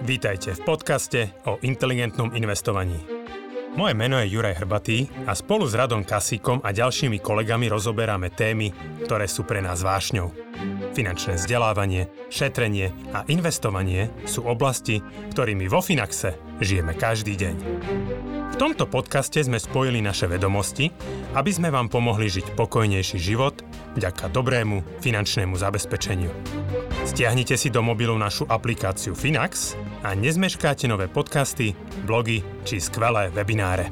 Vítajte v podcaste o inteligentnom investovaní. Moje meno je Juraj Hrbatý a spolu s Radom Kasíkom a ďalšími kolegami rozoberáme témy, ktoré sú pre nás vášňou. Finančné vzdelávanie, šetrenie a investovanie sú oblasti, ktorými vo Finaxe žijeme každý deň. V tomto podcaste sme spojili naše vedomosti, aby sme vám pomohli žiť pokojnejší život vďaka dobrému finančnému zabezpečeniu. Stiahnite si do mobilu našu aplikáciu Finax a nezmeškáte nové podcasty, blogy či skvelé webináre.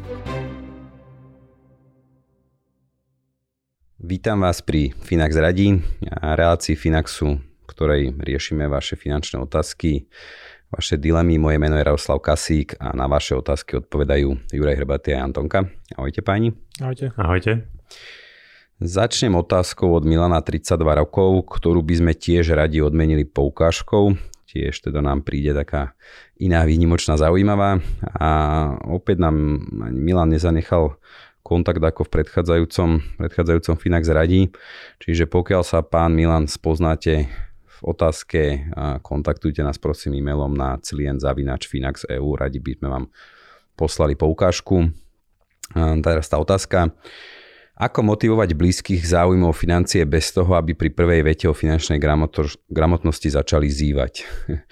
Vítam vás pri Finax radí a relácii Finaxu, v ktorej riešime vaše finančné otázky, vaše dilemy. Moje meno je Radoslav Kasík a na vaše otázky odpovedajú Juraj Hrbatý a Antonka. Ahojte páni. Ahojte. Ahojte. Začnem otázkou od Milana, 32 rokov, ktorú by sme tiež radi odmenili poukážkou. Tiež teda nám príde taká iná výnimočná, zaujímavá. A opäť nám Milan nezanechal kontakt ako v predchádzajúcom Finax radí. Čiže pokiaľ sa pán Milan spoznáte v otázke, kontaktujte nás prosím e-mailom na client@finax.eu. Radi by sme vám poslali poukážku. Teraz tá otázka. Ako motivovať blízkych záujmov financie bez toho, aby pri prvej vete o finančnej gramotnosti začali zývať?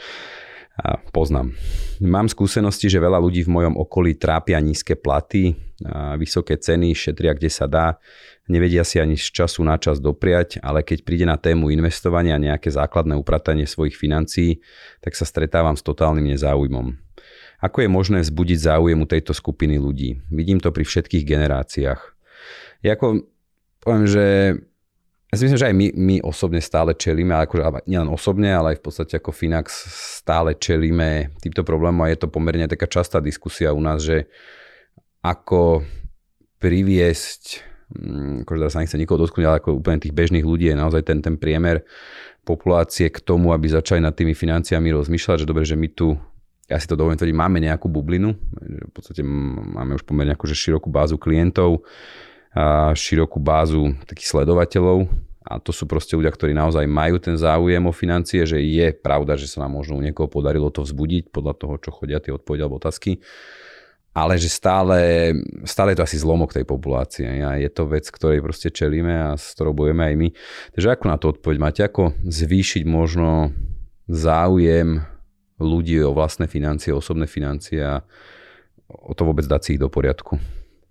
A poznám. Mám skúsenosti, že veľa ľudí v mojom okolí trápia nízke platy, vysoké ceny, šetria kde sa dá, nevedia si ani z času na čas dopriať, ale keď príde na tému investovania a nejaké základné upratanie svojich financií, tak sa stretávam s totálnym nezáujmom. Ako je možné vzbudiť záujem u tejto skupiny ľudí? Vidím to pri všetkých generáciách. Ja poviem, že ja si myslím, že aj my osobne stále čelíme, ale akože nielen osobne, ale aj v podstate ako Finax stále čelíme týmto problémom a je to pomerne taká častá diskusia u nás, že ako priviesť, akože sa nechce nikoho dotknúť, ale ako úplne tých bežných ľudí je naozaj ten priemer populácie k tomu, aby začali nad tými financiami rozmýšľať, že dobre, že my tu, ja si to dovolím tvrdiť, máme nejakú bublinu, v podstate máme už pomerne akože širokú bázu klientov, a širokú bázu takých sledovateľov a to sú proste ľudia, ktorí naozaj majú ten záujem o financie, že je pravda, že sa nám možno u niekoho podarilo to vzbudiť podľa toho, čo chodia tie odpovede alebo otázky, ale že stále je to asi zlomok tej populácie a je to vec, ktorej proste čelíme a s ktorou bojujeme aj my. Takže ako na to odpoveď máte? Ako zvýšiť možno záujem ľudí o vlastné financie, osobné financie a o to vôbec dať si ich do poriadku?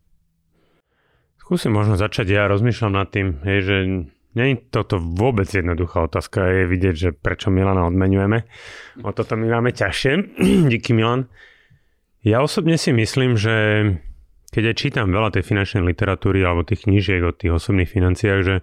Skúsim možno začať, ja rozmýšľam nad tým, že nie je toto vôbec jednoduchá otázka, je vidieť, že prečo Milana odmenujeme. O toto my máme ťažšie. Díky Milan. Ja osobne si myslím, že keď aj čítam veľa tej finančnej literatúry alebo tých knížiek o tých osobných financiách, že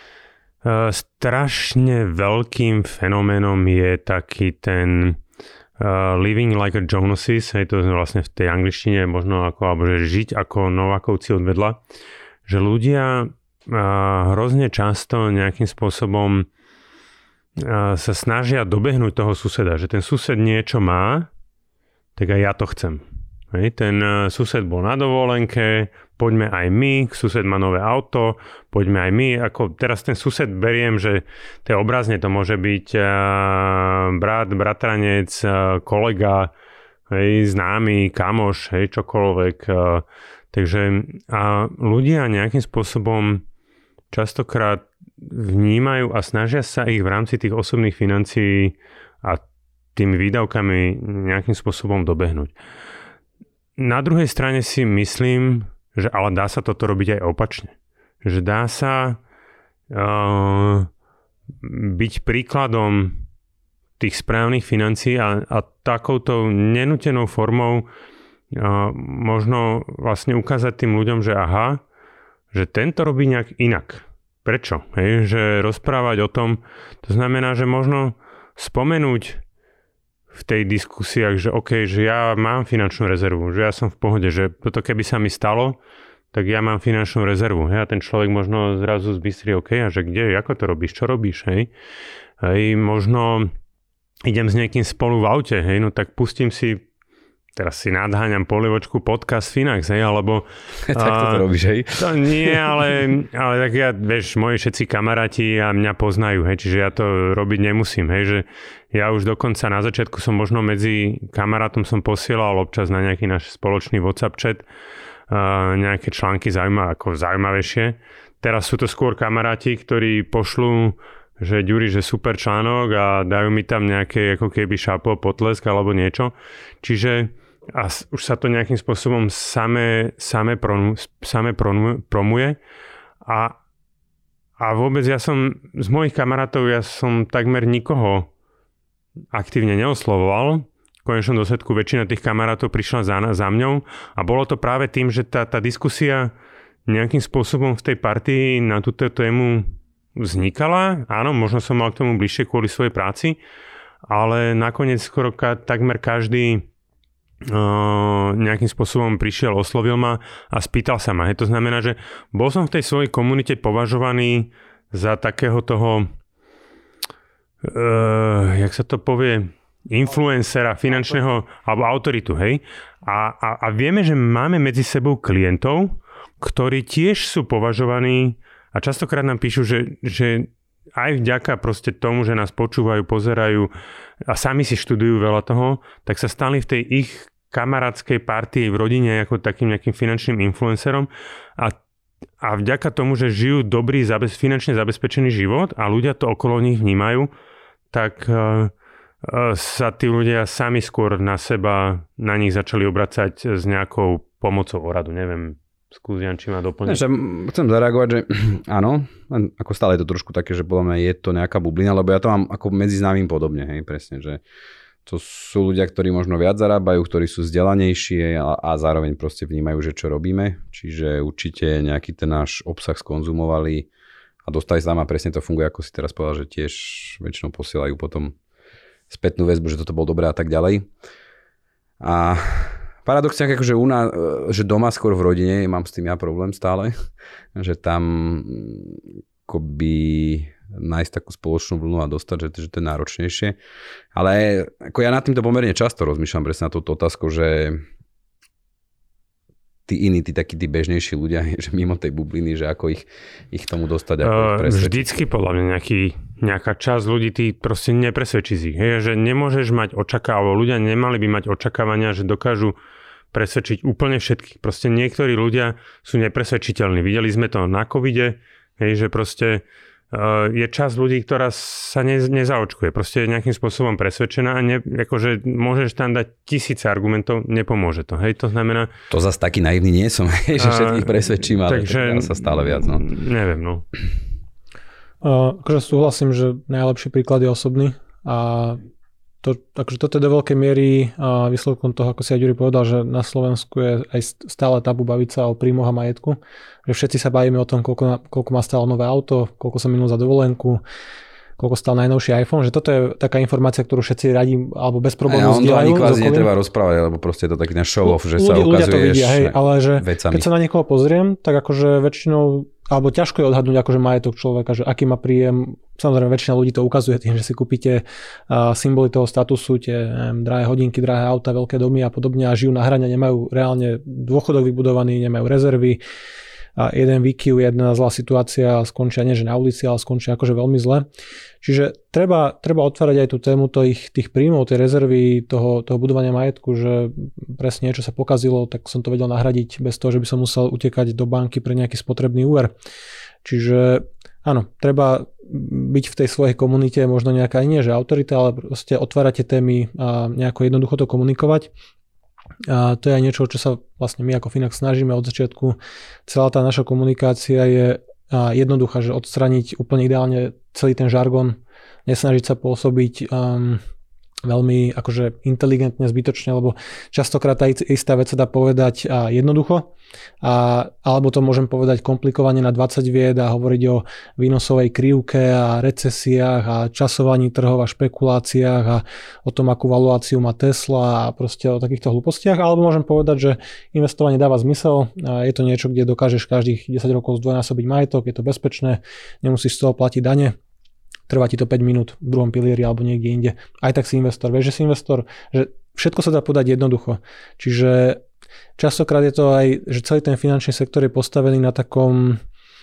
strašne veľkým fenoménom je taký ten living like a Jonases, to je vlastne v tej angličtine možno alebo že žiť ako Novákovci odvedla, že ľudia hrozne často nejakým spôsobom sa snažia dobehnúť toho suseda, že ten sused niečo má, tak aj ja to chcem. Ten sused bol na dovolenke, poďme aj my, sused má nové auto, poďme aj my. Ako teraz ten sused beriem, že to je obrazne, to môže byť brat, bratranec, kolega, známy, kamoš, čokoľvek. Takže a ľudia nejakým spôsobom častokrát vnímajú a snažia sa ich v rámci tých osobných financií a tými výdavkami nejakým spôsobom dobehnúť. Na druhej strane si myslím, že ale dá sa toto robiť aj opačne. Že dá sa byť príkladom tých správnych financií a takouto nenútenou formou možno vlastne ukázať tým ľuďom, že aha, že tento robí nejak inak. Prečo? Že rozprávať o tom, to znamená, že možno spomenúť v tej diskusiách, že OK, že ja mám finančnú rezervu, že ja som v pohode, že toto keby sa mi stalo, tak ja mám finančnú rezervu. A ten človek možno zrazu zbystrí, OK, a že kde, ako to robíš, čo robíš, možno idem s niekým spolu v aute, no tak pustím si teraz si nadháňam polievočku podcast Finax, hej, alebo... Tak to robíš, hej? To nie, ale tak ja, vieš, moji všetci kamaráti a mňa poznajú, hej, čiže ja to robiť nemusím, hej, že ja už dokonca na začiatku som možno medzi kamarátom som posielal občas na nejaký náš spoločný WhatsApp chat nejaké články zaujímavejšie. Teraz sú to skôr kamaráti, ktorí pošlú, že Ďuri, že super článok a dajú mi tam nejaké ako keby šapo, potlesk alebo niečo. Čiže a už sa to nejakým spôsobom same promuje a vôbec ja som z mojich kamarátov ja som takmer nikoho aktívne neoslovoval. V konečnom dôsledku väčšina tých kamarátov prišla za mňou a bolo to práve tým, že tá diskusia nejakým spôsobom v tej partii na túto tému vznikala. Áno, možno som mal k tomu bližšie kvôli svojej práci, ale nakoniec skoro takmer každý nejakým spôsobom prišiel, oslovil ma a spýtal sa ma. To znamená, že bol som v tej svojej komunite považovaný za takého toho jak sa to povie, influencera, finančného alebo autoritu, hej? A vieme, že máme medzi sebou klientov, ktorí tiež sú považovaní a častokrát nám píšu, že aj vďaka proste tomu, že nás počúvajú, pozerajú a sami si študujú veľa toho, tak sa stali v tej ich kamarátskej partii v rodine ako takým nejakým finančným influencerom a vďaka tomu, že žijú dobrý, finančne zabezpečený život a ľudia to okolo nich vnímajú, tak sa tí ľudia sami skôr na nich začali obracať s nejakou pomocou oradu. Neviem, skús Jan, či ma doplniť. Chcem zareagovať, že áno, ako stále je to trošku také, že podľa mňa je to nejaká bublina, lebo ja to mám ako medzi známym podobne, hej, presne, že to sú ľudia, ktorí možno viac zarábajú, ktorí sú vzdelanejšie a zároveň proste vnímajú, že čo robíme, čiže určite nejaký ten náš obsah skonzumovali a dostali sa tam a presne to funguje, ako si teraz povedal, že tiež väčšinou posielajú potom spätnú väzbu, že toto bol dobré a tak ďalej. A paradoxne, akože že doma skôr v rodine mám s tým ja problém stále, že tam akoby nájsť takú spoločnú vlnu a dostať, že to je náročnejšie. Ale ako ja nad týmto pomerne často rozmýšľam presne na túto otázku, že tí takí tí bežnejší ľudia, že mimo tej bubliny, že ako ich tomu dostať, ako ich presvedčiť. Vždycky podľa mňa nejaká časť ľudí ty proste nepresvedčí si. Že nemôžeš mať očakávania, ľudia nemali by mať očakávania, že dokážu presvedčiť úplne všetkých. Proste niektorí ľudia sú nepresvedčiteľní. Videli sme to na covide, že proste je časť ľudí, ktorá sa nezaočkuje. Proste je nejakým spôsobom presvedčená a akože môžeš tam dať 1000 argumentov, nepomôže to. Hej, to znamená... To zase taký naivný nie som, že všetkých presvedčím, ale takže, tak sa stále viac. No. Neviem, no. Akože súhlasím, že najlepší príklad je osobný a takže toto je do veľkej miery výsledkom toho, ako si aj Ďuri povedal, že na Slovensku je aj stále tabu baviť sa o príjmoch a majetku. Že všetci sa bavíme o tom, koľko má stále nové auto, koľko sa minul za dovolenku, koľko stál najnovší iPhone, že toto je taká informácia, ktorú všetci radi alebo bez problémov zdieľajú. On to ani kvázi netreba rozprávať, lebo proste je to taký ten show-off, že sa ukazuješ ľudia to vidia, hej, ale že vecami. Keď sa na niekoho pozriem, tak akože väčšinou alebo ťažko je odhadnúť akože majetok človeka, že aký má príjem. Samozrejme, väčšina ľudí to ukazuje tým, že si kúpite symboly toho statusu, tie drahé hodinky, drahé auta, veľké domy a podobne a žijú na hrane, nemajú reálne dôchodok vybudovaný, nemajú rezervy. A jeden výkyv, jedna zlá situácia skončia nie že na ulici, ale skončia akože veľmi zle. Čiže treba otvárať aj tú tému tých príjmov, tej rezervy, toho budovania majetku, že presne niečo sa pokazilo, tak som to vedel nahradiť bez toho, že by som musel utekať do banky pre nejaký spotrebný úver. Čiže áno, treba byť v tej svojej komunite možno nejaká nie že autorita, ale proste otvárať tie témy a nejako jednoducho to komunikovať. A to je aj niečo, čo sa vlastne my ako Finax snažíme od začiatku. Celá tá naša komunikácia je jednoduchá, že odstraniť úplne ideálne celý ten žargon, nesnažiť sa pôsobiť veľmi akože inteligentne, zbytočne, lebo častokrát tá istá vec sa dá povedať jednoducho, alebo to môžem povedať komplikovane na 20 vied a hovoriť o výnosovej krivke a recesiách a časovaní trhov a špekuláciách a o tom, akú valuáciu má Tesla a proste o takýchto hlúpostiach, alebo môžem povedať, že investovanie dáva zmysel, je to niečo, kde dokážeš každých 10 rokov zdvojnásobiť majetok, je to bezpečné, nemusíš z toho platiť dane. Trvá ti to 5 minút v druhom pilieri alebo niekde inde. Aj tak si investor. Vieš, že si investor, že všetko sa dá podať jednoducho. Čiže častokrát je to aj, že celý ten finančný sektor je postavený na takom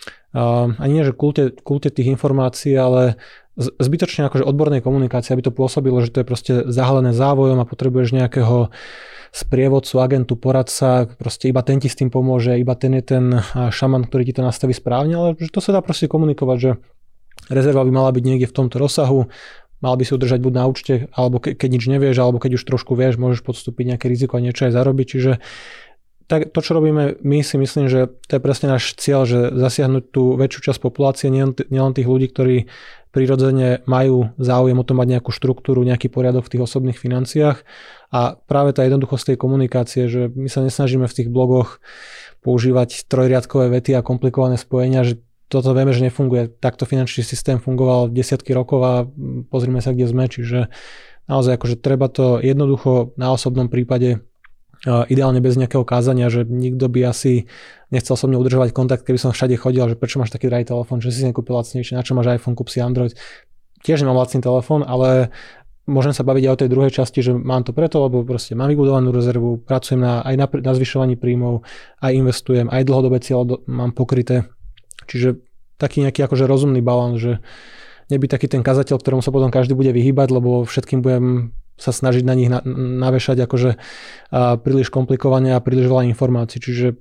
ani nie, že kulte tých informácií, ale zbytočne akože odbornej komunikácie, aby to pôsobilo, že to je proste zahalené závojom a potrebuješ nejakého sprievodcu, agentu, poradca, proste iba ten ti s tým pomôže, iba ten je ten šaman, ktorý ti to nastaví správne, ale že to sa dá proste komunikovať, že rezerva by mala byť niekde v tomto rozsahu, mal by si udržať buď na účte, alebo keď nič nevieš, alebo keď už trošku vieš, môžeš podstúpiť nejaké riziko a niečo aj zarobiť, čiže tak to, čo robíme, my si myslím, že to je presne náš cieľ, že zasiahnuť tú väčšiu časť populácie, nielen tých ľudí, ktorí prirodzene majú záujem o to mať nejakú štruktúru, nejaký poriadok v tých osobných financiách a práve tá jednoduchosť tej komunikácie, že my sa nesnažíme v tých blogoch používať trojriadkové vety a komplikované spojenia, že toto vieme, že nefunguje. Takto finančný systém fungoval desiatky rokov a pozrime sa, kde sme, čiže naozaj akože treba to jednoducho na osobnom prípade ideálne bez nejakého kázania, že nikto by asi nechcel so mnou udržovať kontakt, keby som všade chodil, že prečo máš taký drahý telefón, že si nekúpil lacnejšie, na čo máš iPhone, kúp si Android. Tiež nemám lacný telefón, ale môžem sa baviť aj o tej druhej časti, že mám to preto, lebo proste mám vybudovanú rezervu, pracujem aj na zvyšovaní príjmov, aj investujem, aj dlhodobé cieľ mám pokryté. Čiže taký nejaký akože rozumný balans, že nebyť taký ten kazateľ, ktorému sa potom každý bude vyhýbať, lebo všetkým budem sa snažiť na nich navešať akože príliš komplikovane a príliš veľa informácií. Čiže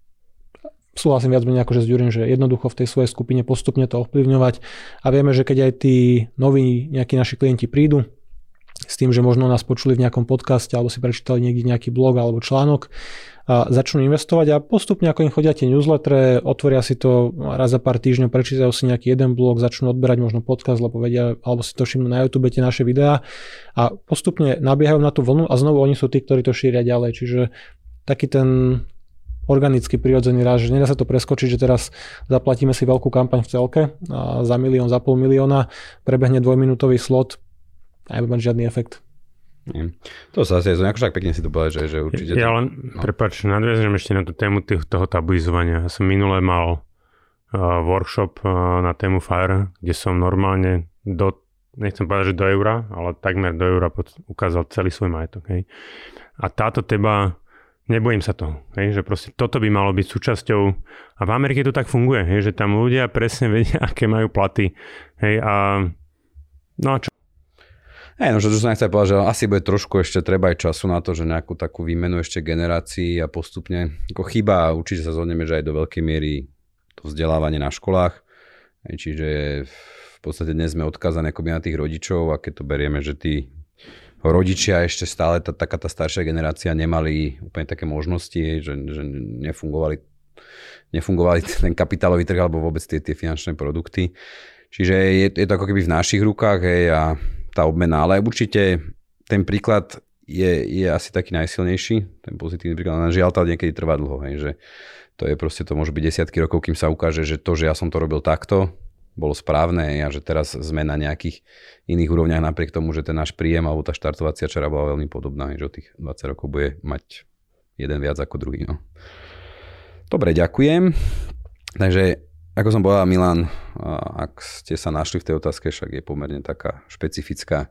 súhlasím viac menej akože s Ďurim, že jednoducho v tej svojej skupine postupne to ovplyvňovať a vieme, že keď aj tí noví nejakí naši klienti prídu s tým, že možno nás počuli v nejakom podcaste alebo si prečítali niekde nejaký blog alebo článok a začnú investovať a postupne ako im chodia tie newslettere, otvoria si to raz za pár týždňov, prečítajú si nejaký jeden blog, začnú odberať možno podcast, lebo vedia, alebo si to všimnú na YouTube tie naše videá a postupne nabiehajú na tú vlnu a znovu oni sú tí, ktorí to šíria ďalej. Čiže taký ten organický prirodzený rast, že nedá sa to preskočiť, že teraz zaplatíme si veľkú kampaň v celke za 1 milión, za 500 000, prebehne 2-minútový slot a nebude mať žiadny efekt. To sa asi akože tak pekne si to povedal, že určite... Ja len, prepáč, nadviažem ešte na tú tému toho tabuizovania. Ja som minule mal workshop na tému FIRE, kde som normálne nechcem povedať, že do eura, ale takmer do eura ukázal celý svoj majetok. Hej. A táto téma, nebojím sa toho, hej, že proste toto by malo byť súčasťou a v Amerike to tak funguje, hej, že tam ľudia presne vedia, aké majú platy. Hej, no a čo? No, že som nechcel povedať, že asi bude trošku ešte treba aj času na to, že nejakú takú výmenu ešte generácií a postupne ako chýba, určite sa zhodneme, že aj do veľkej miery to vzdelávanie na školách, čiže v podstate dnes sme odkázaní akoby na tých rodičov a keď to berieme, že tí rodičia ešte stále taká tá staršia generácia nemali úplne také možnosti, že nefungovali ten kapitálový trh alebo vôbec tie finančné produkty, čiže je to ako keby v našich rukách, hej, a tá obmena, ale určite ten príklad je asi taký najsilnejší, ten pozitívny príklad, ale žiaľ to niekedy trvá dlho, hej, že to je proste, to môže byť desiatky rokov, kým sa ukáže, že to, že ja som to robil takto, bolo správne a že teraz sme na nejakých iných úrovniach napriek tomu, že ten náš príjem alebo tá štartovacia čara bola veľmi podobná, že o tých 20 rokov bude mať jeden viac ako druhý. No. Dobre, ďakujem. Takže ako som povedal, Milan, ak ste sa našli v tej otázke, však je pomerne taká špecifická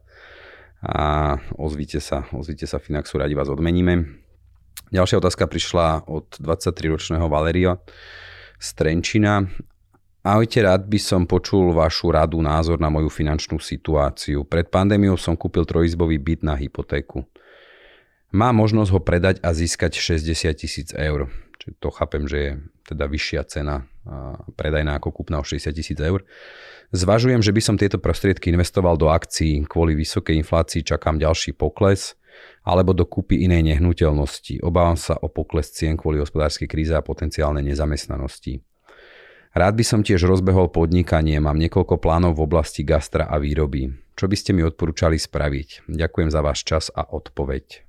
a ozvite sa Finaxu, radi vás odmeníme. Ďalšia otázka prišla od 23-ročného Valeria z Trenčína. Ahojte, rád by som počul vašu radu, názor na moju finančnú situáciu. Pred pandémiou som kúpil trojizbový byt na hypotéku. Mám možnosť ho predať a získať 60 000 eur. Čiže to chápem, že je teda vyššia cena predajná ako kúpna o 60 000 eur. Zvažujem, že by som tieto prostriedky investoval do akcií. Kvôli vysokej inflácii čakám ďalší pokles alebo do kúpy inej nehnuteľnosti. Obávam sa o pokles cien kvôli hospodárskej kríze a potenciálnej nezamestnanosti. Rád by som tiež rozbehol podnikanie. Mám niekoľko plánov v oblasti gastra a výroby. Čo by ste mi odporúčali spraviť? Ďakujem za váš čas a odpoveď.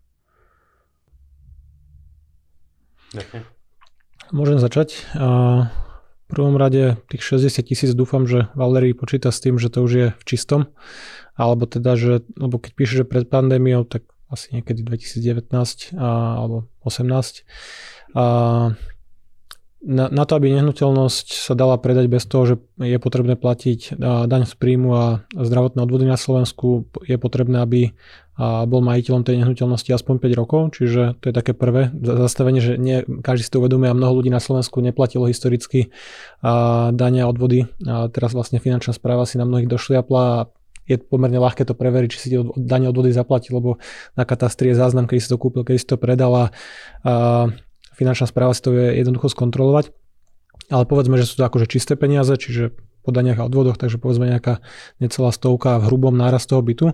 Ďakujem. Môžem začať. V prvom rade tých 60 000 dúfam, že Valerii počíta s tým, že to už je v čistom. Alebo teda, lebo keď píše, že pred pandémiou, tak asi niekedy 2019 alebo 18. na to, aby nehnuteľnosť sa dala predať bez toho, že je potrebné platiť daň z príjmu a zdravotné odvody na Slovensku, je potrebné, aby bol majiteľom tej nehnuteľnosti aspoň 5 rokov, čiže to je také prvé zastavenie, že nie každý si to uvedomuje a mnoho ľudí na Slovensku neplatilo historicky dane a odvody. A teraz vlastne finančná správa si na mnohých došliapla a je pomerne ľahké to preveriť, či si dane odvody zaplatil, lebo na katastri je záznam, keď si to kúpil, keď si to predal a finančná správa si to vie jednoducho skontrolovať. Ale povedzme, že sú to akože čisté peniaze, čiže po daniach a odvodoch, takže povedzme nejaká necelá stovka v hrubom nárast toho bytu.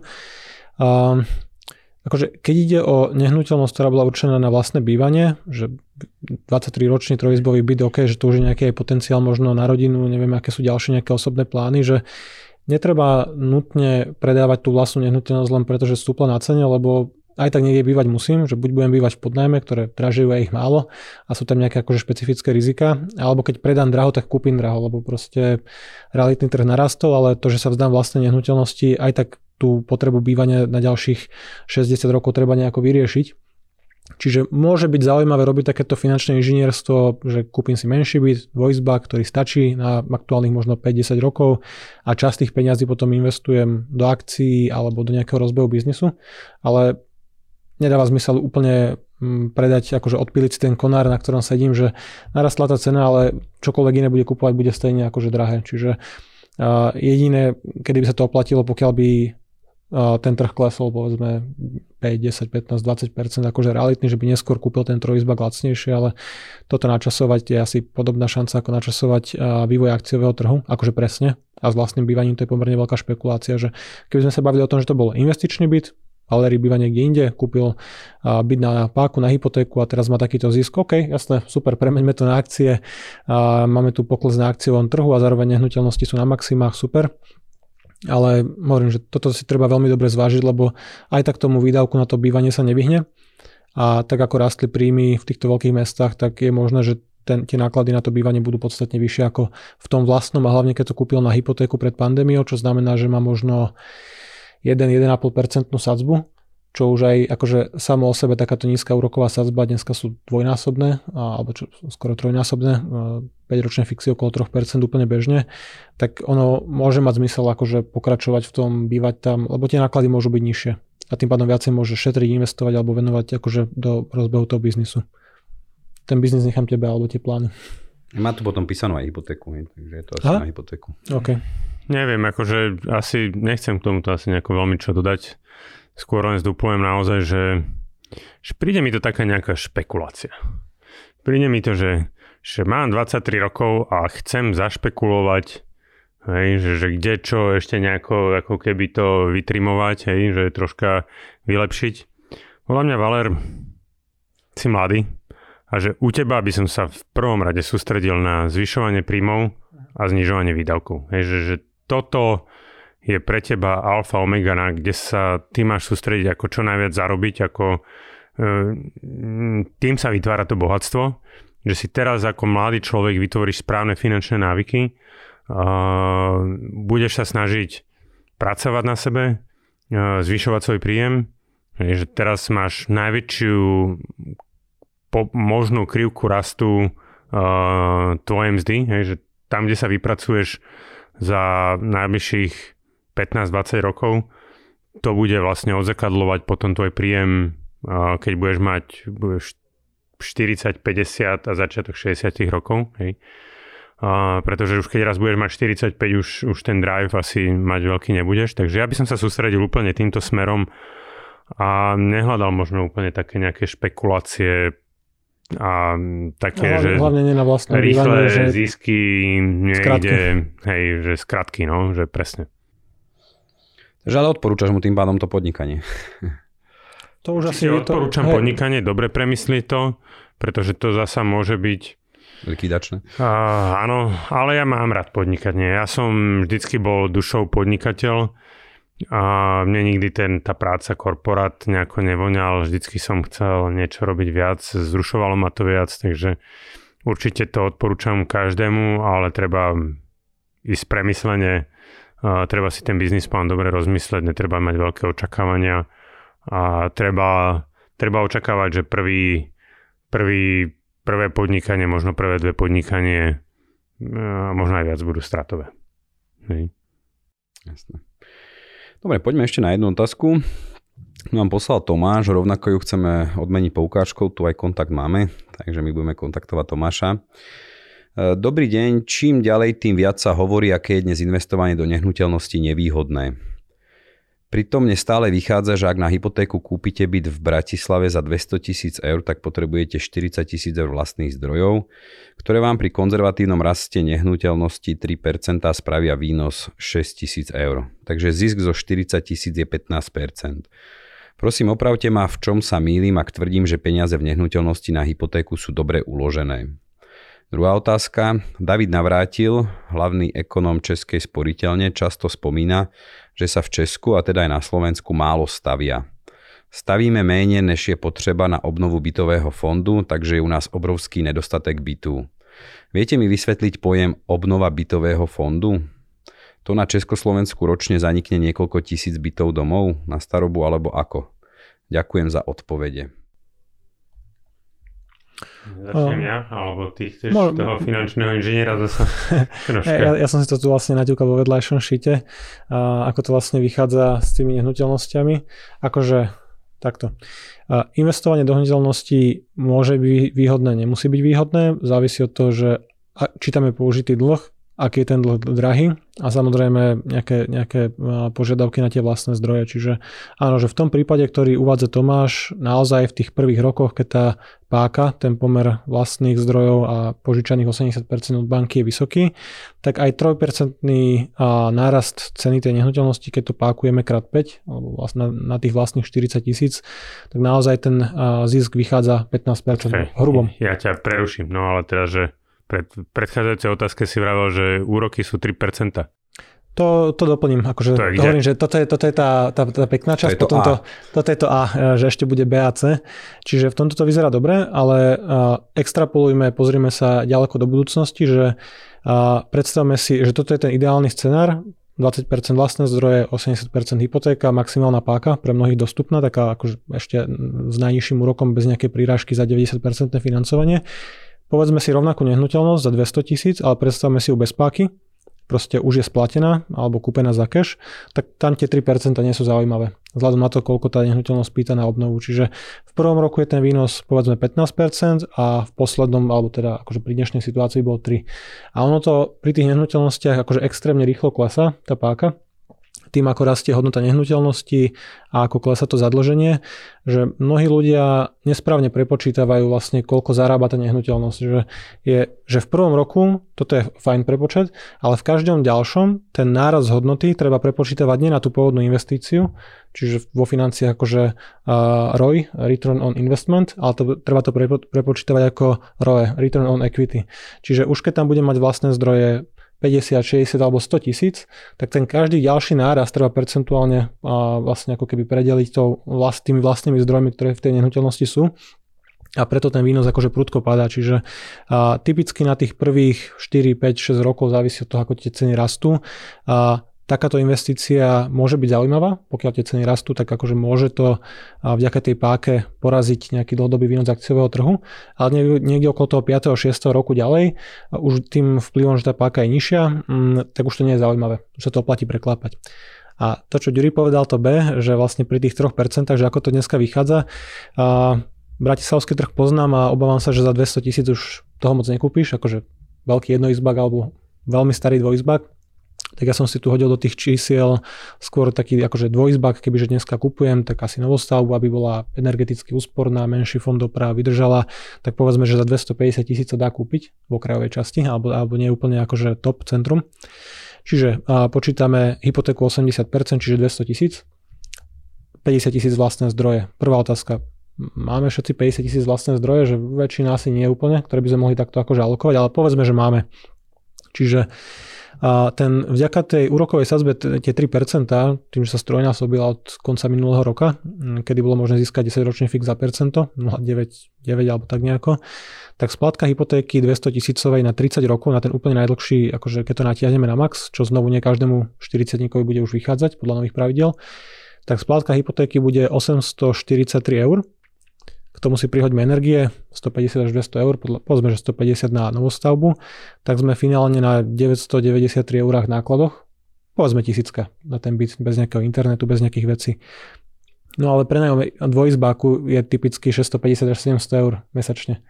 Akože keď ide o nehnuteľnosť, ktorá bola určená na vlastné bývanie, že 23-ročný trojizbový byt, OK, že to už je nejaký potenciál možno na rodinu, neviem, aké sú ďalšie nejaké osobné plány, že netreba nutne predávať tú vlastnú nehnuteľnosť len preto, že stúpla na cene, lebo aj tak niekde bývať musím, že buď budem bývať v podnájme, ktoré dražujú a ich málo a sú tam nejaké akože špecifické rizika, alebo keď predám draho, tak kúpim draho, lebo proste realitný trh narastol, ale to, že sa vzdám vlastnej nehnuteľnosti, aj tak tú potrebu bývania na ďalších 60 rokov treba nejako vyriešiť. Čiže môže byť zaujímavé robiť takéto finančné inžinierstvo, že kúpim si menší byt, dvojizba, ktorý stačí na aktuálnych možno 5-10 rokov a časť tých peňazí potom investujem do akcií alebo do nejakého rozbehu biznisu, ale nedáva zmysel úplne predať, akože odpíliť si ten konár, na ktorom sedím, že narastla tá cena, ale čokoľvek iné bude kupovať, bude stejne akože drahé. Čiže jediné, kedy by sa to oplatilo, pokiaľ by ten trh klesol povedzme 5, 10, 15, 20%, akože realitný, že by neskôr kúpil ten trojizbak lacnejšie, ale toto načasovať je asi podobná šanca ako načasovať vývoj akciového trhu, akože presne. A s vlastným bývaním to je pomerne veľká špekulácia, že keby sme sa bavili o tom, že to bol investičný byt, Valéry býva niekde inde, kúpil byt na páku, na hypotéku a teraz má takýto zisk. OK, jasné, super, premeňme to na akcie. Máme tu pokles na akciovom trhu a zároveň nehnuteľnosti sú na maximách, super. Ale hovorím, že toto si treba veľmi dobre zvážiť, lebo aj tak tomu výdavku na to bývanie sa nevyhne. A tak ako rastli príjmy v týchto veľkých mestách, tak je možné, že tie náklady na to bývanie budú podstatne vyššie ako v tom vlastnom a hlavne keď to kúpil na hypotéku pred pandémiou, čo znamená, že má možno 1-1,5% sadzbu, čo už aj akože samo o sebe takáto nízka úroková sadzba dneska sú dvojnásobné, alebo skoro trojnásobné, 5-ročné fixy okolo 3% úplne bežne, tak ono môže mať zmysel akože pokračovať v tom, bývať tam, lebo tie náklady môžu byť nižšie a tým pádom viacej môže šetriť, investovať alebo venovať akože do rozbehu toho biznisu. Ten biznis nechám tebe alebo tie plány. Má tu potom písanú aj hypotéku, takže je to asi na hypotéku. OK. Neviem, akože asi nechcem k tomuto asi nejako veľmi čo dodať. Skôr len zdúplujem naozaj, že príde mi to taká nejaká špekulácia. Príde mi to, že mám 23 rokov a chcem zašpekulovať, hej, že kde čo ešte nejako ako keby to vytrimovať, hej, že troška vylepšiť. Podľa mňa, Valer, si mladý a že u teba by som sa v prvom rade sústredil na zvyšovanie príjmov a znižovanie výdavkov. Hej, že toto je pre teba alfa omega, kde sa ty máš sústrediť ako čo najviac zarobiť, ako tým sa vytvára to bohatstvo, že si teraz ako mladý človek vytvoríš správne finančné návyky, budeš sa snažiť pracovať na sebe, zvyšovať svoj príjem, že teraz máš najväčšiu možnú krivku rastu tvojej mzdy, že tam, kde sa vypracuješ za najbližších 15-20 rokov, to bude vlastne odzrkadľovať potom tvoj príjem, keď budeš mať 40, 50 a začiatok 60 rokov. Hej. Pretože už keď raz budeš mať 45, už ten drive asi mať veľký nebudeš. Takže ja by som sa sústredil úplne týmto smerom a nehľadal možno úplne také nejaké špekulácie a také, že hlavne nie na vlastné rýchle bývanie, že zisky niekde, hej, že skratky, no, že presne. Takže ale odporúčaš mu tým pádom to podnikanie. To už asi je to. Odporúčam podnikanie, dobre premyslieť to, pretože to zasa môže byť likvidačné. Áno, ale ja mám rád podnikanie. Ja som vždycky bol dušou podnikateľ a mne nikdy tá práca korporát nejako nevoňal. Vždycky som chcel niečo robiť viac, zrušovalo ma to viac, takže určite to odporúčam každému, ale treba ísť premyslene, treba si ten biznisplán dobre rozmysleť, netreba mať veľké očakávania a treba očakávať, že prvý prvé podnikanie, možno prvé 2 podnikanie, možno aj viac budú stratové. Hej. Jasné. Dobre, poďme ešte na jednu otázku. Nám poslal Tomáš, rovnako ju chceme odmeniť poukážkou, tu aj kontakt máme, takže my budeme kontaktovať Tomáša. Dobrý deň, čím ďalej, tým viac sa hovorí, aké je dnes investovanie do nehnuteľností nevýhodné. Pritom mne stále vychádza, že ak na hypotéku kúpite byt v Bratislave za 200 000 eur, tak potrebujete 40 000 eur vlastných zdrojov, ktoré vám pri konzervatívnom raste nehnuteľnosti 3% spravia výnos 6 000 eur. Takže zisk zo 40 000 je 15%. Prosím, opravte ma, v čom sa mýlim, ak tvrdím, že peniaze v nehnuteľnosti na hypotéku sú dobre uložené. Druhá otázka. David Navrátil, hlavný ekonóm Českej sporiteľne, často spomína, že sa v Česku a teda aj na Slovensku málo stavia. Stavíme menej, než je potreba na obnovu bytového fondu, takže je u nás obrovský nedostatek bytů. Viete mi vysvetliť pojem obnova bytového fondu? To na Československu ročne zanikne niekoľko tisíc bytov domov na starobu alebo ako? Ďakujem za odpovede. Začnem ja, alebo ty chceš toho finančného inžiniera zase troška. Ja som si to tu vlastne naťukal vo vedľajšom šite, ako to vlastne vychádza s tými nehnuteľnosťami. Akože takto. Investovanie do nehnuteľností môže byť výhodné, nemusí byť výhodné, závisí od toho, že či tam je použitý dlh, aký je ten dlh drahý a samozrejme nejaké požiadavky na tie vlastné zdroje. Čiže áno, že v tom prípade, ktorý uvádza Tomáš, naozaj v tých prvých rokoch, keď tá páka, ten pomer vlastných zdrojov a požičaných 80% od banky je vysoký, tak aj 3% nárast ceny tej nehnuteľnosti, keď to pákujeme krát 5, alebo vlastne na tých vlastných 40 000, tak naozaj ten zisk vychádza 15% hrubom. Ja ťa preruším, no ale teda, že pred predchádzajúcej otázke si vravel, že úroky sú 3%. To doplním, akože to hovorím, že toto je tá pekná časť, toto je to A, že ešte bude B a C, čiže v tomto to vyzerá dobre, ale extrapolujme, pozrime sa ďaleko do budúcnosti, že predstavme si, že toto je ten ideálny scenár, 20% vlastné zdroje, 80% hypotéka, maximálna páka, pre mnohých dostupná, taká akože ešte s najnižším úrokom bez nejakej prírážky za 90% financovanie. Povedzme si rovnakú nehnuteľnosť za 200 000, ale predstavme si ju bez páky, proste už je splatená alebo kúpená za cash, tak tam tie 3% nie sú zaujímavé. Vzhľadom na to, koľko tá nehnuteľnosť pýta na obnovu. Čiže v prvom roku je ten výnos povedzme 15% a v poslednom, alebo teda akože pri dnešnej situácii bol 3%. A ono to pri tých nehnuteľnostiach akože extrémne rýchlo klesá, tá páka, tým ako rastie hodnota nehnuteľnosti a ako klesá to zadlženie, že mnohí ľudia nesprávne prepočítavajú vlastne, koľko zarába tá nehnuteľnosť. Že v prvom roku, toto je fajn prepočet, ale v každom ďalšom ten náraz hodnoty treba prepočítavať nie na tú pôvodnú investíciu, čiže vo financiách akože ROI, Return on Investment, ale treba to prepočítavať ako ROE, Return on Equity. Čiže už keď tam budem mať vlastné zdroje 50, 60 alebo 100 000, tak ten každý ďalší náraz treba percentuálne vlastne ako keby predeliť tými vlastnými zdrojmi, ktoré v tej nehnuteľnosti sú. A preto ten výnos akože prudko padá. Čiže typicky na tých prvých 4, 5, 6 rokov závisí od toho, ako tie ceny rastú. Takáto investícia môže byť zaujímavá, pokiaľ tie ceny rastú, tak akože môže to vďaka tej páke poraziť nejaký dlhodobý výnos akciového trhu, ale niekde okolo toho 5. 6. roku ďalej, už tým vplyvom, že tá páka je nižšia, tak už to nie je zaujímavé, už sa to oplatí preklápať. A to, čo Ďuri povedal, to B, že vlastne pri tých 3%, že ako to dneska vychádza, bratislavský trh poznám a obávam sa, že za 200 000 už toho moc nekúpiš, akože veľký jednoizbak alebo veľmi starý dvojizbak. Tak ja som si tu hodil do tých čísiel skôr taký akože dvojizbak, kebyže dneska kupujem, tak asi novostavbu, aby bola energeticky úsporná, menší fond doprava vydržala, tak povedzme, že za 250 000 sa dá kúpiť v okrajovej časti, alebo nie úplne akože top centrum. Čiže počítame hypotéku 80%, čiže 200 000, 50 000 vlastné zdroje. Prvá otázka. Máme všetci 50 000 vlastné zdroje, že väčšina asi nie je úplne, ktoré by sme mohli takto akože alokovať, ale povedzme, že máme. Čiže vďaka tej úrokovej sadzbe tie 3%, tým, že sa strojnásobila od konca minulého roka, kedy bolo možné získať 10-ročný fix za percento, 0,9 alebo tak nejako, tak splátka hypotéky 200 000 na 30 rokov, na ten úplne najdlhší, akože keď to natiahneme na max, čo znovu nie každému 40-tníkovi bude už vychádzať podľa nových pravidiel, tak splátka hypotéky bude 843 eur, tomu si prihoďme energie, 150 až 200 eur, povedzme, že 150 na novostavbu, tak sme finálne na 993 eurách nákladoch, povedzme 1000 na ten byt, bez nejakého internetu, bez nejakých vecí. No ale prenájom dvojizbáku je typicky 650 až 700 eur mesačne.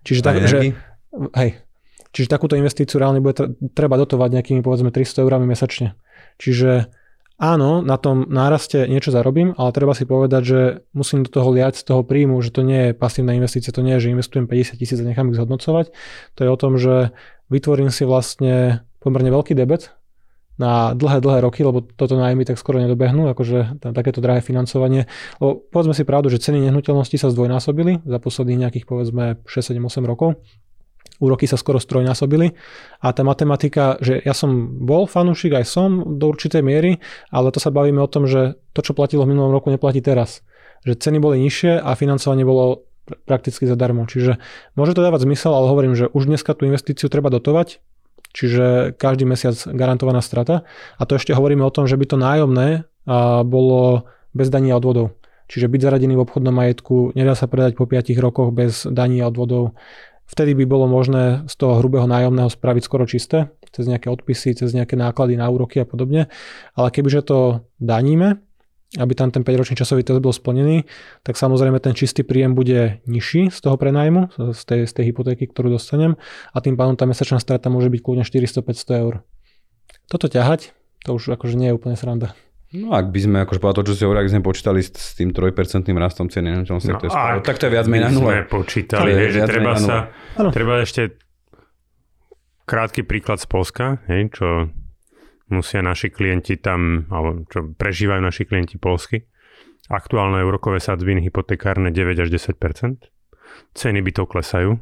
Čiže takúto investíciu reálne bude treba dotovať nejakými povedzme 300 eurami mesačne. Čiže áno, na tom náraste niečo zarobím, ale treba si povedať, že musím do toho liať z toho príjmu, že to nie je pasívna investícia, to nie je, že investujem 50 000 a nechám ich zhodnocovať. To je o tom, že vytvorím si vlastne pomerne veľký debet na dlhé roky, lebo toto nájmy tak skoro nedobehnú, akože takéto drahé financovanie. Lebo povedzme si pravdu, že ceny nehnuteľností sa zdvojnásobili za posledných nejakých povedzme 6, 7, 8 rokov. Úroky sa skoro strojnásobili a tá matematika, že ja som bol fanúšik, aj som do určitej miery, ale to sa bavíme o tom, že to, čo platilo v minulom roku, neplatí teraz. Že ceny boli nižšie a financovanie bolo prakticky zadarmo. Čiže môže to dávať zmysel, ale hovorím, že už dneska tú investíciu treba dotovať, čiže každý mesiac garantovaná strata. A to ešte hovoríme o tom, že by to nájomné bolo bez daní a odvodov. Čiže byť zaradený v obchodnom majetku nedá sa predať po 5 rokoch bez daní a odvodov. Vtedy by bolo možné z toho hrubého nájomného spraviť skoro čisté, cez nejaké odpisy, cez nejaké náklady na úroky a podobne. Ale kebyže to daníme, aby tam ten 5-ročný časový test bol splnený, tak samozrejme ten čistý príjem bude nižší z toho prenájmu, z tej hypotéky, ktorú dostanem a tým pádom tá mesačná strata môže byť kľudne 400-500 eur. Toto ťahať, to už akože nie je úplne sranda. No ak by sme akože povedal to, čo si hovorili, ak sme počítali s tým 3% rastom ceny nehnuteľnosti, to je skoro, tak to je viac menej na nula. My sme počítali, že treba ešte krátky príklad z Poľska, čo musia naši klienti tam, alebo čo prežívajú naši klienti poľsky. Aktuálne úrokové sadzby hypotekárne 9 až 10%. Ceny bytov klesajú.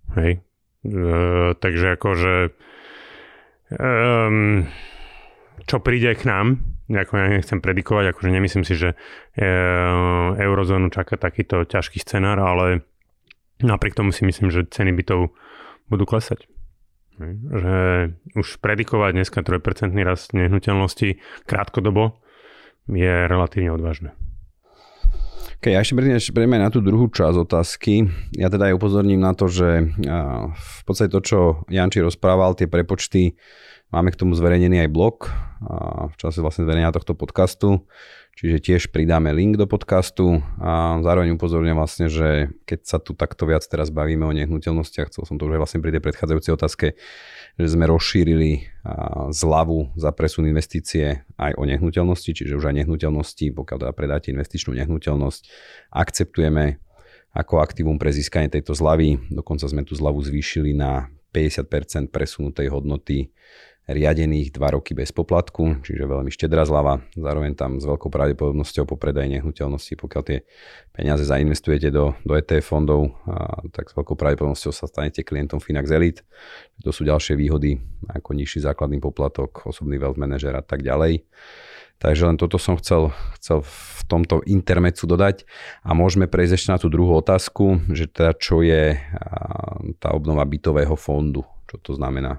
Takže akože čo príde k nám, ako ja nechcem predikovať, akože nemyslím si, že eurozónu čaká takýto ťažký scenár, ale napriek tomu si myslím, že ceny bytov budú klesať. Že už predikovať dneska 3% rast nehnuteľnosti krátkodobo je relatívne odvážne. Ja ešte prejdeme na tú druhú časť otázky. Ja teda aj upozorním na to, že v podstate to, čo Janči rozprával, tie prepočty, máme k tomu zverejnený aj blog v čase vlastne zverejnenia tohto podcastu, čiže tiež pridáme link do podcastu a zároveň upozorňujem vlastne, že keď sa tu takto viac teraz bavíme o nehnuteľnostiach, chcel som to už aj vlastne pri tej predchádzajúcej otázke, že sme rozšírili zľavu za presun investície aj o nehnuteľnosti, čiže už aj nehnuteľnosti, pokiaľ teda predáte investičnú nehnuteľnosť, akceptujeme ako aktívum pre získanie tejto zľavy, dokonca sme tú zľavu zvýšili na 50% presunutej hodnoty riadených 2 roky bez poplatku, čiže veľmi štedrá zľava. Zároveň tam s veľkou pravdepodobnosťou po predaji nehnuteľnosti, pokiaľ tie peniaze zainvestujete do ETF fondov, tak s veľkou pravdepodobnosťou sa stanete klientom Finax Elite. To sú ďalšie výhody, ako nižší základný poplatok, osobný wealth manager a tak ďalej. Takže len toto som chcel v tomto intermecu dodať a môžeme prejsť ešte na tú druhú otázku, že teda čo je tá obnova bytového fondu, čo to znamená.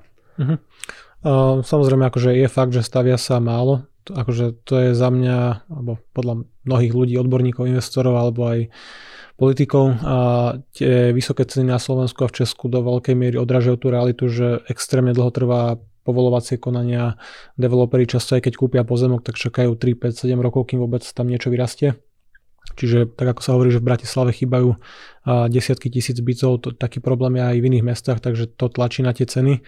Samozrejme, akože je fakt, že stavia sa málo. Akože to je za mňa, alebo podľa mnohých ľudí, odborníkov, investorov, alebo aj politikov. A tie vysoké ceny na Slovensku a v Česku do veľkej miery odražujú tú realitu, že extrémne dlho trvá povolovacie konania. Developeri často aj keď kúpia pozemok, tak čakajú 3, 5, 7 rokov, kým vôbec tam niečo vyrastie. Čiže tak ako sa hovorí, že v Bratislave chýbajú desiatky tisíc bytov, taký problém je aj v iných mestách, takže to tlačí na tie ceny.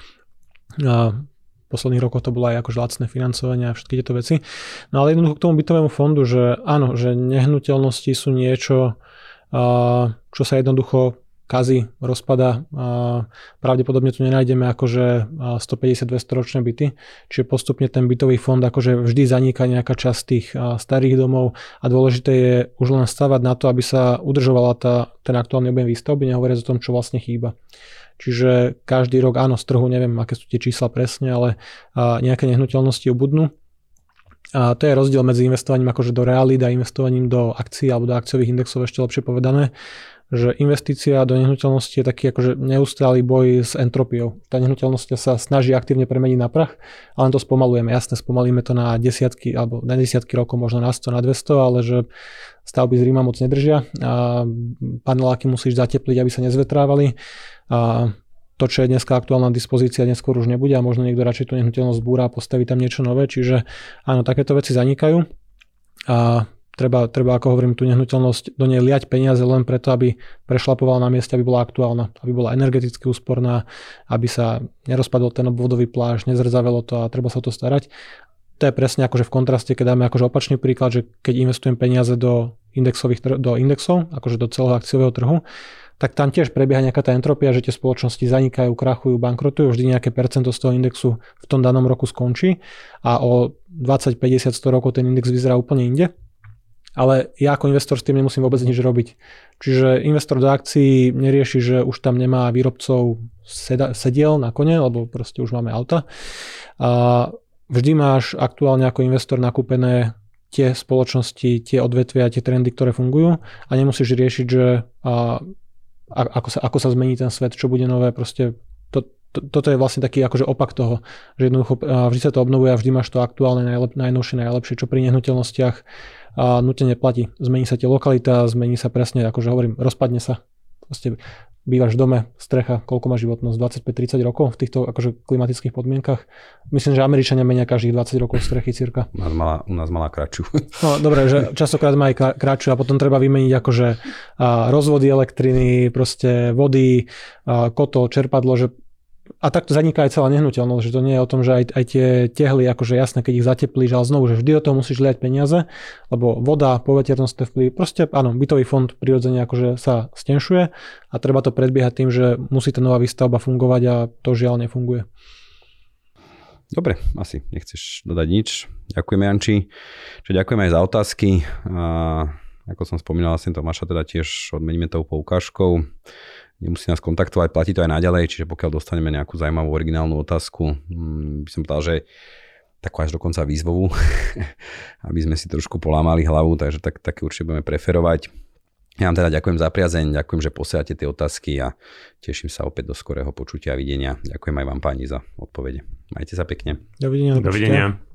V posledných rokoch to bolo aj akože lacné financovanie a všetky tieto veci. No ale jednoducho k tomu bytovému fondu, že áno, že nehnuteľnosti sú niečo, čo sa jednoducho kazí, rozpada. Pravdepodobne tu nenájdeme akože 150-200 ročné byty, čiže postupne ten bytový fond akože vždy zaniká nejaká časť tých starých domov a dôležité je už len stavať na to, aby sa udržovala ten aktuálny objem výstavby, nehovoriac o tom, čo vlastne chýba. Čiže každý rok, áno, z trhu, neviem, aké sú tie čísla presne, ale nejaké nehnuteľnosti ubudnú. A to je rozdiel medzi investovaním akože do realít a investovaním do akcií alebo do akciových indexov, ešte lepšie povedané. že investícia do nehnuteľnosti je taký akože neustály boj s entropiou. Tá nehnuteľnosť sa snaží aktívne premeniť na prach, ale to spomalujeme. Jasne, spomalíme to na desiatky rokov, možno na 100, na 200, ale že stavby z Ríma moc nedržia. A paneláky musíš zatepliť, aby sa nezvetrávali. A to, čo je dneska aktuálna dispozícia, neskôr už nebude a možno niekto radšej tú nehnuteľnosť búra a postaví tam niečo nové. Čiže áno, takéto veci zanikajú. A treba, ako hovorím, tú nehnuteľnosť do nej liať peniaze len preto, aby prešlapovala na mieste, aby bola aktuálna, aby bola energeticky úsporná, aby sa nerozpadol ten obvodový plášť, nezrzavelo to a treba sa o to starať. To je presne akože v kontraste, keď dáme akože opačný príklad, že keď investujem peniaze do indexov, akože do celého akciového trhu, tak tam tiež prebieha nejaká tá entropia, že tie spoločnosti zanikajú, krachujú, bankrotujú, vždy nejaké percento z toho indexu v tom danom roku skončí a o 20, 50, 100 rokov ten index vyzerá úplne inde. Ale ja ako investor s tým nemusím vôbec nič robiť. Čiže investor do akcií nerieši, že už tam nemá výrobcov sediel na kone, lebo proste už máme auta. A vždy máš aktuálne ako investor nakúpené tie spoločnosti, tie odvetvia, tie trendy, ktoré fungujú a nemusíš riešiť, že ako sa zmení ten svet, čo bude nové. Proste toto je vlastne taký akože opak toho, že jednoducho vždy sa to obnovuje a vždy máš to aktuálne, najnovšie, najlepšie, čo pri nehnuteľnostiach nutne neplatí. Zmení sa tie lokalita, zmení sa presne, akože hovorím, rozpadne sa. Proste bývaš v dome, strecha, koľko má životnosť, 25-30 rokov v týchto akože klimatických podmienkach. Myslím, že Američania menia každých 20 rokov strechy cirka. U nás mala kratšiu. No dobre, že častokrát má aj kratšiu a potom treba vymeniť akože rozvody elektriny, proste vody, kotol, čerpadlo, že a takto zaniká aj celá nehnuteľnosť, že to nie je o tom, že aj tie tehly, akože jasné, keď ich zateplíš, ale znovu, že vždy do toho musíš liať peniaze, lebo voda, poveternostné vplyvy, proste áno, bytový fond prirodzene akože sa stenšuje a treba to predbiehať tým, že musí tá nová výstavba fungovať a to žiaľ nefunguje. Dobre, asi nechceš dodať nič. Ďakujeme, Janči. Ďakujeme aj za otázky. A ako som spomínal, vlastne Tomáša teda tiež odmeníme tou poukážkou. Nemusí nás kontaktovať, platí to aj naďalej, čiže pokiaľ dostaneme nejakú zaujímavú originálnu otázku, by som povedal, že takú až dokonca výzvovú, aby sme si trošku polámali hlavu, takže také určite budeme preferovať. Ja vám teda ďakujem za priazeň, ďakujem, že posielate tie otázky a teším sa opäť do skorého počutia a videnia. Ďakujem aj vám páni za odpovede. Majte sa pekne. Dovidenia.